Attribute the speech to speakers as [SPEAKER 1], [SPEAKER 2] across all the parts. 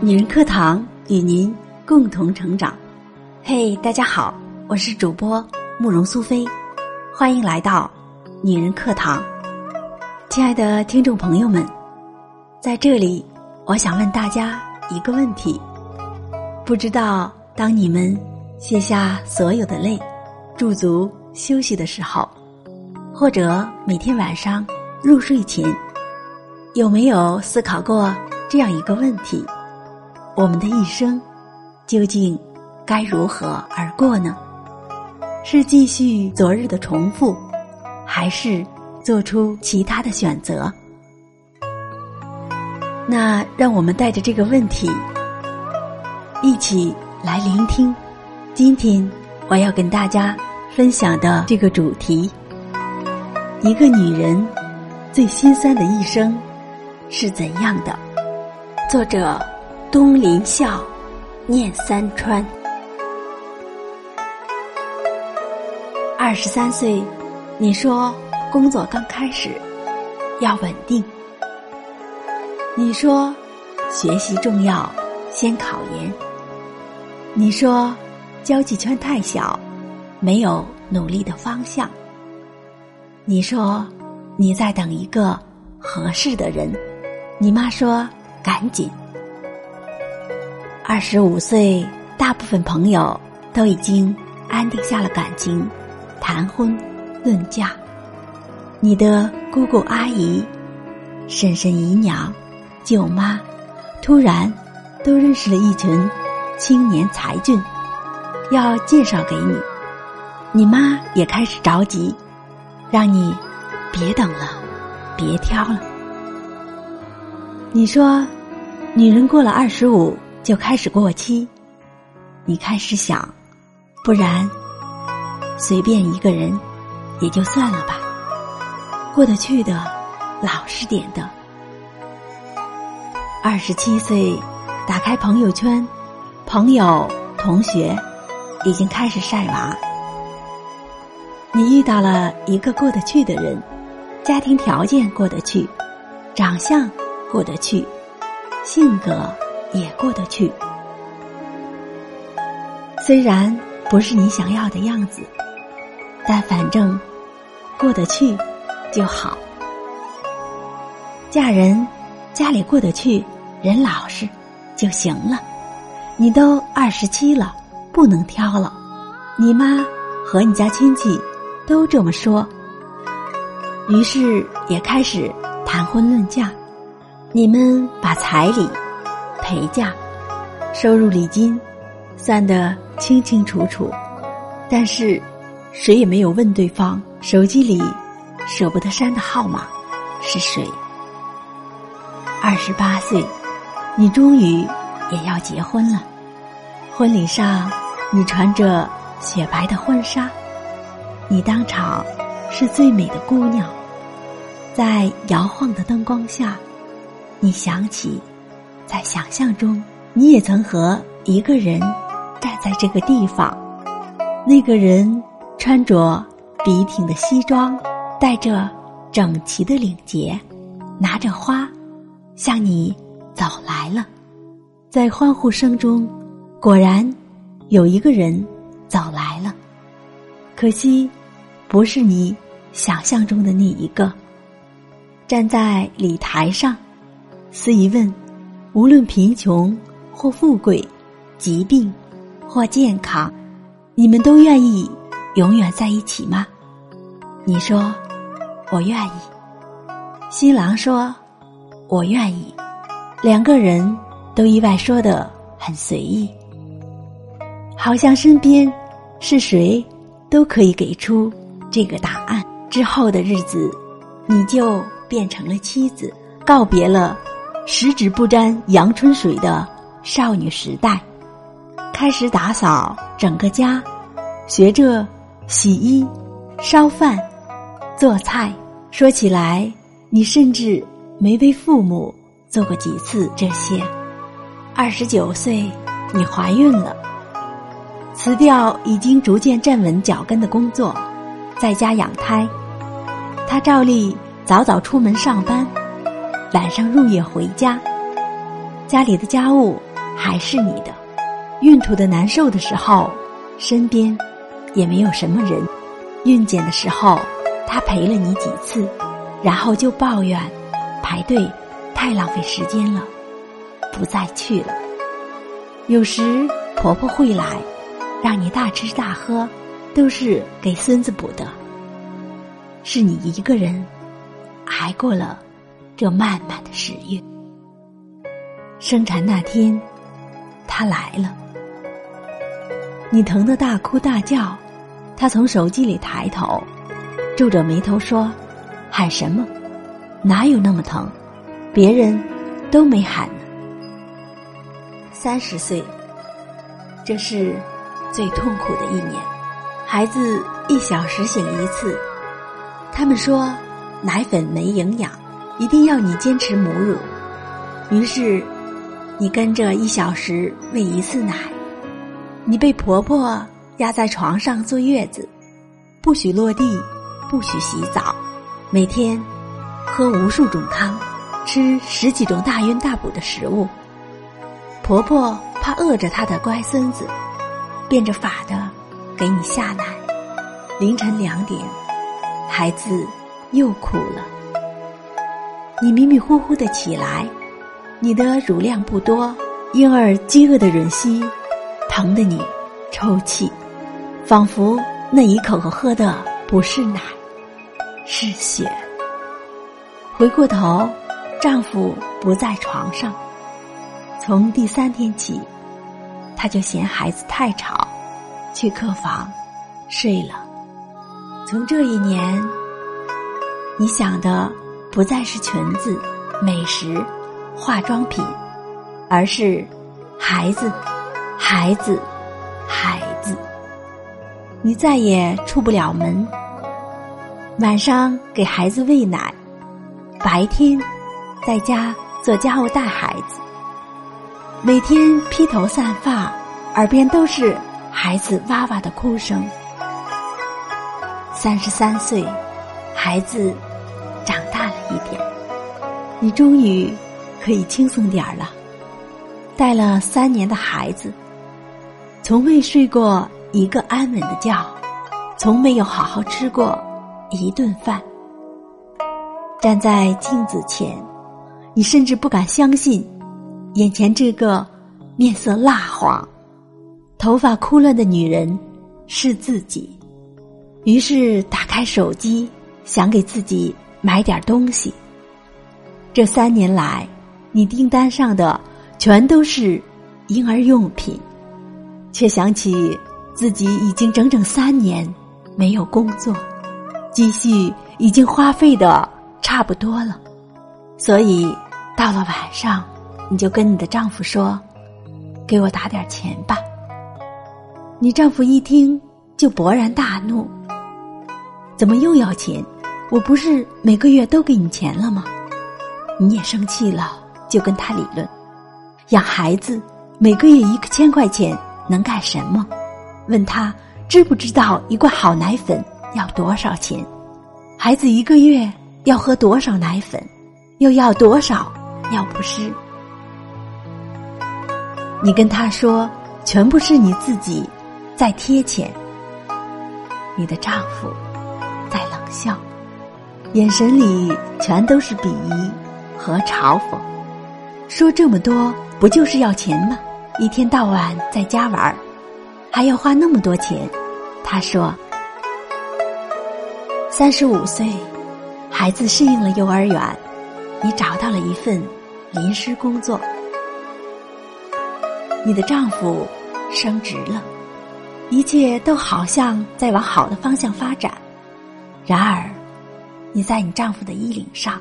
[SPEAKER 1] 女人课堂与您共同成长。嘿，大家好，我是主播慕容苏菲，欢迎来到女人课堂。亲爱的听众朋友们，在这里我想问大家一个问题，不知道当你们卸下所有的累，驻足休息的时候，或者每天晚上入睡前，有没有思考过这样一个问题：我们的一生究竟该如何而过呢？是继续昨日的重复，还是做出其他的选择？那让我们带着这个问题一起来聆听今天我要跟大家分享的这个主题：一个女人最心酸的一生是怎样的？作者东林笑，念三川。23岁，你说工作刚开始，要稳定。你说学习重要，先考研。你说交际圈太小，没有努力的方向。你说你在等一个合适的人，你妈说赶紧。25岁，大部分朋友都已经安定下了感情，谈婚论嫁。你的姑姑阿姨、婶婶姨娘、舅妈突然都认识了一群青年才俊，要介绍给你。你妈也开始着急，让你别等了，别挑了。你说女人过了25就开始过期，你开始想，不然随便一个人也就算了吧，过得去的老实点的。27岁，打开朋友圈，朋友同学已经开始晒娃。你遇到了一个过得去的人，家庭条件过得去，长相过得去，性格也过得去。虽然不是你想要的样子，但反正过得去就好。嫁人，家里过得去，人老实就行了。你都27了，不能挑了。你妈和你家亲戚都这么说，于是也开始谈婚论嫁。你们把彩礼、陪嫁、收入礼金算得清清楚楚，但是谁也没有问对方手机里舍不得删的号码是谁。28岁，你终于也要结婚了。婚礼上，你穿着雪白的婚纱，你当场是最美的姑娘。在摇晃的灯光下，你想起在想象中你也曾和一个人站在这个地方，那个人穿着笔挺的西装，带着整齐的领结，拿着花向你走来了。在欢呼声中，果然有一个人走来了，可惜不是你想象中的那一个。站在礼台上，司仪问，无论贫穷或富贵，疾病或健康，你们都愿意永远在一起吗？你说我愿意。新郎说我愿意。两个人都意外说得很随意，好像身边是谁都可以给出这个答案。之后的日子，你就变成了妻子，告别了十指不沾阳春水的少女时代，开始打扫整个家，学着洗衣、烧饭、做菜。说起来，你甚至没为父母做过几次这些。29岁，你怀孕了，辞掉已经逐渐站稳脚跟的工作，在家养胎。他照例早出门上班，晚上入夜回家，家里的家务还是你的。孕吐的难受的时候，身边也没有什么人。孕检的时候，他陪了你几次，然后就抱怨排队太浪费时间了，不再去了。有时婆婆会来，让你大吃大喝，都是给孙子补的。是你一个人挨过了这漫漫的10月。生产那天，他来了，你疼得大哭大叫，他从手机里抬头，皱着眉头说：喊什么？哪有那么疼？别人都没喊呢。30岁，这是最痛苦的一年。孩子1小时醒1次，他们说奶粉没营养，一定要你坚持母乳。于是你跟着1小时喂1次奶。你被婆婆压在床上坐月子，不许落地，不许洗澡，每天喝无数种汤，吃10几种大晕大补的食物。婆婆怕饿着她的乖孙子，变着法的给你下奶。凌晨2点，孩子又哭了。你迷迷糊糊的起来，你的乳量不多，婴儿饥饿的吮吸，疼得你抽泣，仿佛那一口口喝的不是奶，是血。回过头，丈夫不在床上。从第3天起，他就嫌孩子太吵，去客房睡了。从这一年，你想的不再是裙子、美食、化妆品，而是孩子，孩子，孩子。你再也出不了门，晚上给孩子喂奶，白天在家做家务带孩子，每天披头散发，耳边都是孩子哇哇的哭声。33岁，孩子长大了一点，你终于可以轻松点了。带了3年的孩子，从未睡过一个安稳的觉，从没有好好吃过一顿饭。站在镜子前，你甚至不敢相信眼前这个面色蜡黄、头发枯乱的女人是自己。于是打开手机，想给自己买点东西。这3年来，你订单上的全都是婴儿用品，却想起自己已经整整3年没有工作，积蓄已经花费的差不多了。所以到了晚上，你就跟你的丈夫说：给我打点钱吧。你丈夫一听就勃然大怒：怎么又要钱？我不是每个月都给你钱了吗？你也生气了，就跟他理论：养孩子每个月1000块钱能干什么？问他知不知道一罐好奶粉要多少钱？孩子1个月要喝多少奶粉？又要多少尿不湿？你跟他说全部是你自己在贴钱。你的丈夫在冷笑，眼神里全都是鄙夷和嘲讽，说这么多不就是要钱吗？一天到晚在家玩，还要花那么多钱。他说35岁，孩子适应了幼儿园，你找到了一份临时工作。你的丈夫升职了，一切都好像在往好的方向发展。然而你在你丈夫的衣领上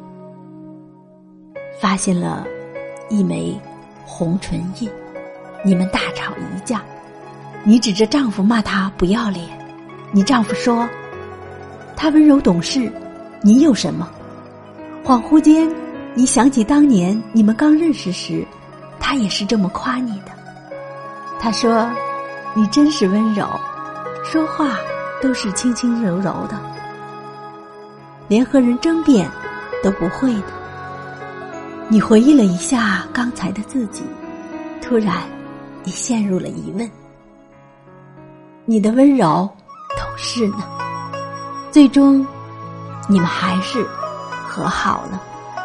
[SPEAKER 1] 发现了一枚红唇印，你们大吵一架，你指着丈夫骂他不要脸。你丈夫说他温柔懂事，你有什么？恍惚间你想起当年你们刚认识时，他也是这么夸你的。他说你真是温柔，说话都是轻轻柔柔的，连和人争辩都不会的。你回忆了一下刚才的自己， 突然你陷入了疑问，你的温柔懂事呢？最终你们还是和好了。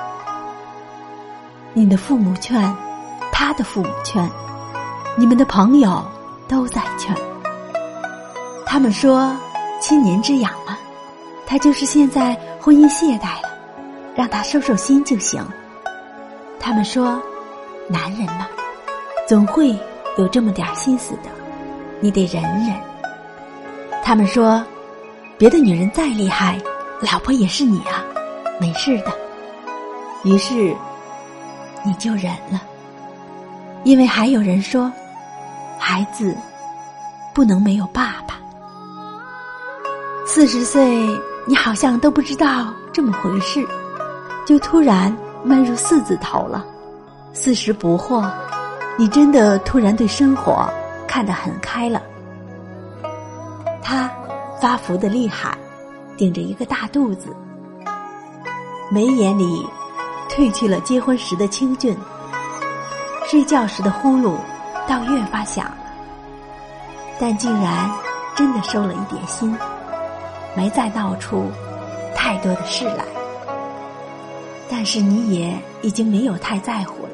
[SPEAKER 1] 你的父母劝，他的父母劝，你们的朋友都在劝。他们说7年之痒嘛，他就是现在婚姻懈怠了，让他收收心就行。他们说男人嘛，总会有这么点心思的，你得忍忍。他们说别的女人再厉害，老婆也是你啊，没事的。于是你就忍了，因为还有人说孩子不能没有爸爸。40岁你好像都不知道这么回事，就突然迈入4字头了。40不惑，你真的突然对生活看得很开了。他发福的厉害，顶着一个大肚子，眉眼里褪去了结婚时的清俊，睡觉时的呼噜倒越发响了，但竟然真的收了一点心，没再闹出太多的事来。但是你也已经没有太在乎了，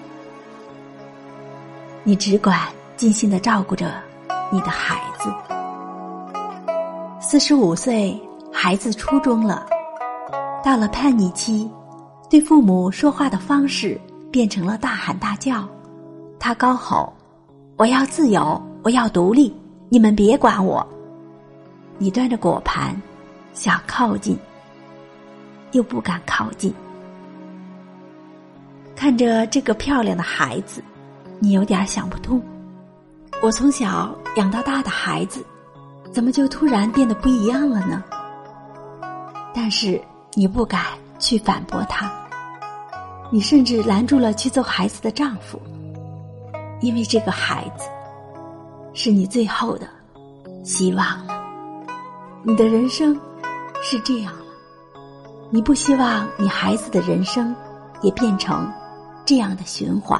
[SPEAKER 1] 你只管尽心地照顾着你的孩子。45岁，孩子初中了，到了叛逆期，对父母说话的方式变成了大喊大叫。他高吼：我要自由，我要独立，你们别管我。你端着果盘想靠近，又不敢靠近。看着这个漂亮的孩子，你有点想不通，我从小养到大的孩子怎么就突然变得不一样了呢？但是你不敢去反驳他，你甚至拦住了去揍孩子的丈夫，因为这个孩子是你最后的希望了。你的人生是这样了，你不希望你孩子的人生也变成这样的循环。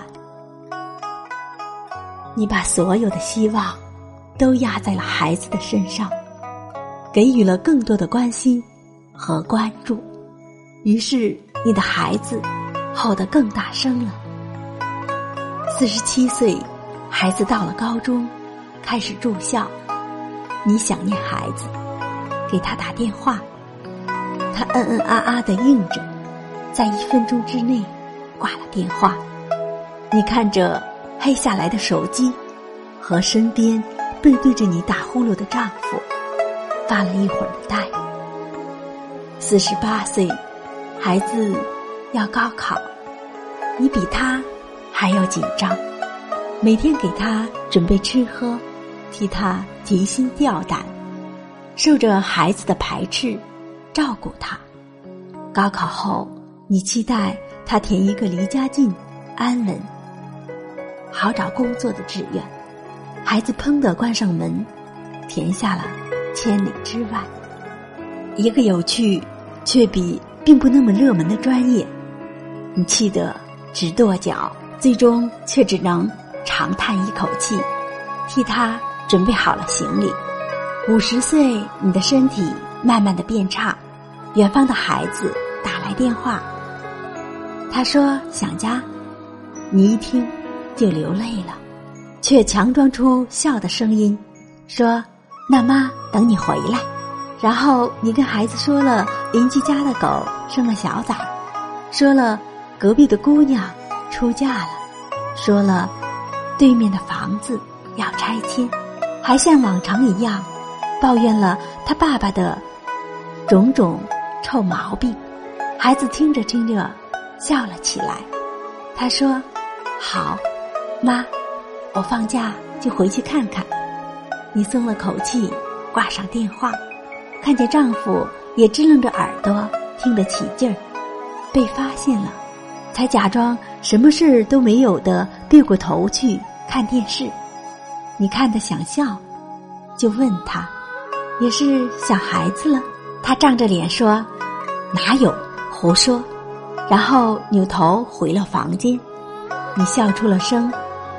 [SPEAKER 1] 你把所有的希望都压在了孩子的身上，给予了更多的关心和关注，于是你的孩子吼得更大声了。47岁，孩子到了高中，开始住校，你想念孩子，给他打电话，他啊地应着，在1分钟之内挂了电话。你看着黑下来的手机和身边背对着你打呼噜的丈夫，发了一会儿的呆。48岁，孩子要高考，你比他还要紧张，每天给他准备吃喝，替他提心吊胆，受着孩子的排斥，照顾他。高考后，你期待他填一个离家近、安稳、好找工作的志愿。孩子砰地关上门，填下了千里之外，一个有趣却比并不那么热门的专业。你气得直跺脚，最终却只能长叹一口气，替他准备好了行李。50岁，你的身体慢慢的变差，远方的孩子打来电话，他说想家，你一听就流泪了，却强装出笑的声音，说那妈等你回来。然后你跟孩子说了邻居家的狗生了小崽，说了隔壁的姑娘出嫁了，说了对面的房子要拆迁，还像往常一样抱怨了他爸爸的种种臭毛病。孩子听着听着笑了起来，他说好，妈，我放假就回去看看。你松了口气，挂上电话，看见丈夫也支棱着耳朵听得起劲儿，被发现了，才假装什么事都没有的别过头去看电视。你看得想笑，就问他也是想孩子了。他涨着脸说哪有，胡说，然后扭头回了房间。你笑出了声，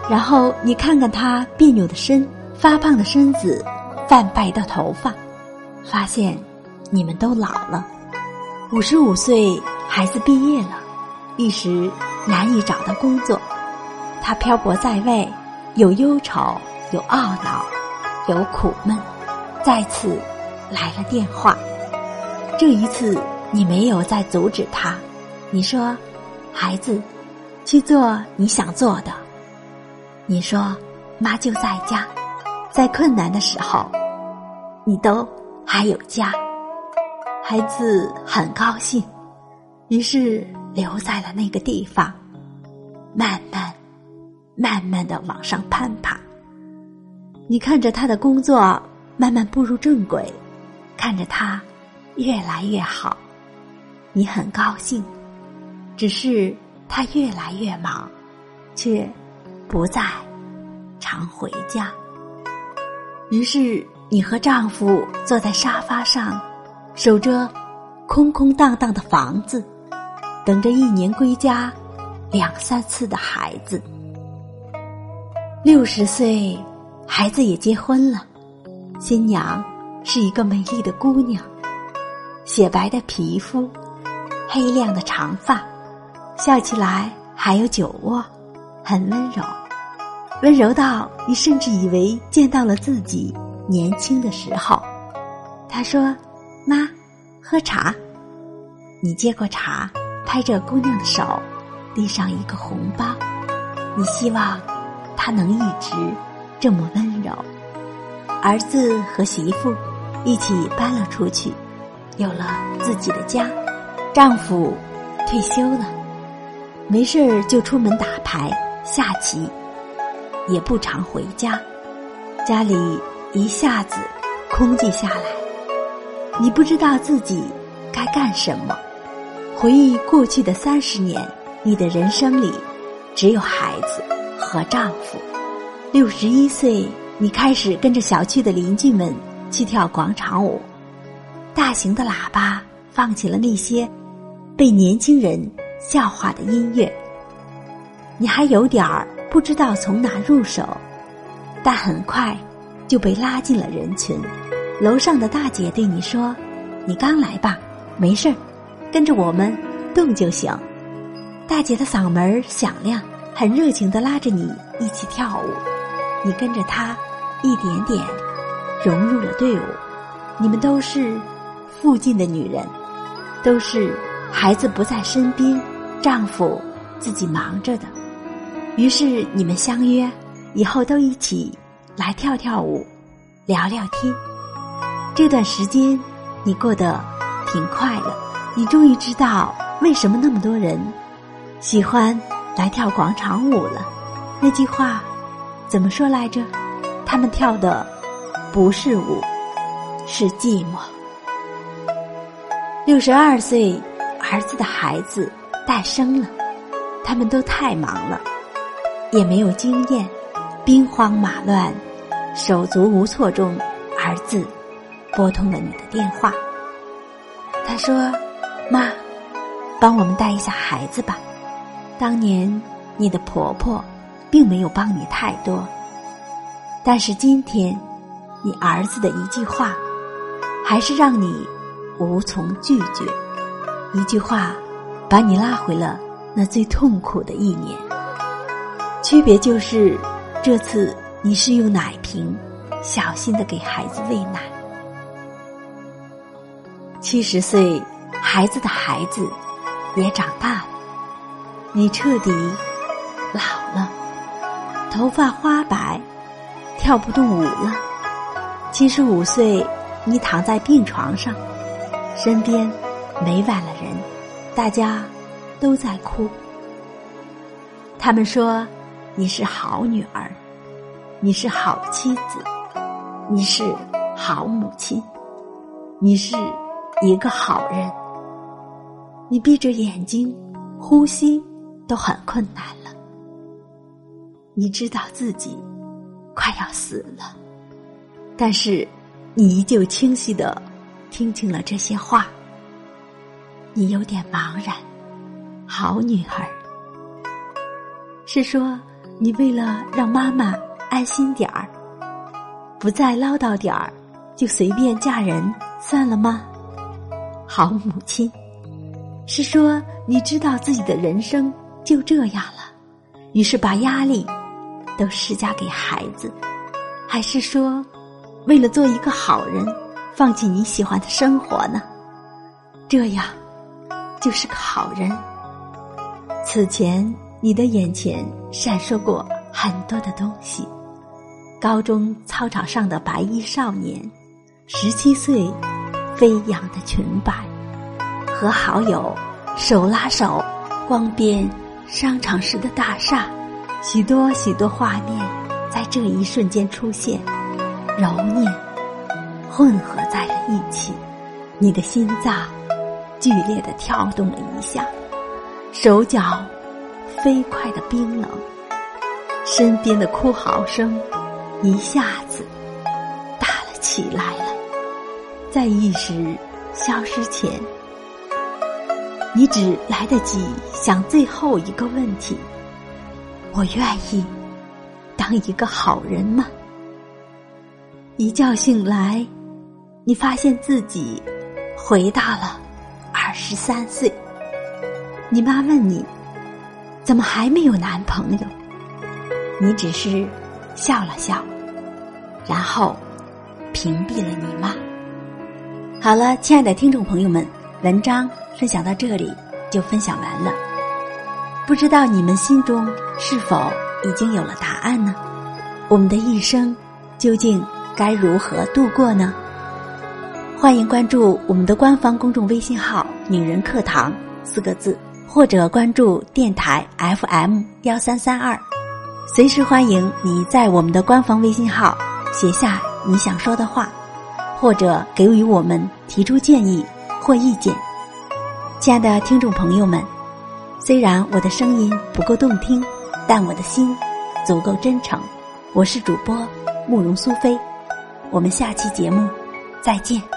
[SPEAKER 1] 然后你看看他别扭的身，发胖的身子，泛白的头发，发现你们都老了。55岁，孩子毕业了，一时难以找到工作。他漂泊在外，有忧愁，有懊恼，有苦闷。再次来了电话，这一次你没有再阻止他，你说：“孩子，去做你想做的。”你说：“妈就在家，在困难的时候，你都还有家。”孩子很高兴，于是留在了那个地方，慢慢地往上攀爬。你看着他的工作慢慢步入正轨，看着他越来越好，你很高兴。只是他越来越忙，却不再常回家。于是你和丈夫坐在沙发上，守着空空荡荡的房子，等着一年归家2、3次的孩子。60岁，孩子也结婚了，新娘是一个美丽的姑娘，雪白的皮肤，黑亮的长发，笑起来还有酒窝，很温柔，温柔到你甚至以为见到了自己年轻的时候。她说：“妈，喝茶。”你接过茶，拍着姑娘的手，递上一个红包。你希望她能一直这么温柔。儿子和媳妇一起搬了出去，有了自己的家。丈夫退休了，没事儿就出门打牌下棋，也不常回家，家里一下子空寂下来。你不知道自己该干什么。回忆过去的30年，你的人生里只有孩子和丈夫。61岁，你开始跟着小区的邻居们去跳广场舞，大型的喇叭放起了那些被年轻人笑话的音乐。你还有点儿不知道从哪入手，但很快就被拉进了人群。楼上的大姐对你说：“你刚来吧，没事儿，跟着我们动就行。”大姐的嗓门响亮，很热情地拉着你一起跳舞。你跟着她一点点融入了队伍。你们都是附近的女人，都是孩子不在身边，丈夫自己忙着的。于是你们相约以后都一起来跳跳舞，聊聊天。这段时间你过得挺快乐，你终于知道为什么那么多人喜欢来跳广场舞了。那句话怎么说来着？他们跳的不是舞，是寂寞。62岁，儿子的孩子诞生了，他们都太忙了，也没有经验，兵荒马乱，手足无措中，儿子拨通了你的电话。他说：“妈，帮我们带一下孩子吧。当年你的婆婆并没有帮你太多，但是今天你儿子的一句话还是让你无从拒绝。一句话把你拉回了那最痛苦的1年。区别就是这次你是用奶瓶小心地给孩子喂奶。70岁，孩子的孩子也长大了，你彻底老了，头发花白，跳不动舞了。75岁，你躺在病床上，身边没晚了人，大家都在哭。他们说你是好女儿，你是好妻子，你是好母亲，你是一个好人。你闭着眼睛，呼吸都很困难了。你知道自己快要死了，但是你依旧清晰地听清了这些话。你有点茫然，好女儿。是说你为了让妈妈安心点儿，不再唠叨点儿，就随便嫁人算了吗？好母亲，是说你知道自己的人生就这样了，于是把压力都施加给孩子，还是说为了做一个好人，放弃你喜欢的生活呢？这样就是个好人。此前你的眼前闪烁过很多的东西，高中操场上的白衣少年，17岁飞扬的裙摆，和好友手拉手逛遍商场时的大厦，许多许多画面在这一瞬间出现，揉捏混合在了一起，你的心脏剧烈地跳动了一下，手脚飞快地冰冷，身边的哭嚎声一下子大了起来了。在意识消失前，你只来得及想最后一个问题：我愿意当一个好人吗？一觉醒来，你发现自己回到了23岁。你妈问你怎么还没有男朋友，你只是笑了笑，然后屏蔽了你妈。好了，亲爱的听众朋友们，文章分享到这里就分享完了。不知道你们心中是否已经有了答案呢？我们的一生究竟该如何度过呢？欢迎关注我们的官方公众微信号女人课堂4个字，或者关注电台 FM1332，随时欢迎你在我们的官方微信号写下你想说的话，或者给予我们提出建议或意见。亲爱的听众朋友们，虽然我的声音不够动听，但我的心足够真诚。我是主播慕容苏菲，我们下期节目再见。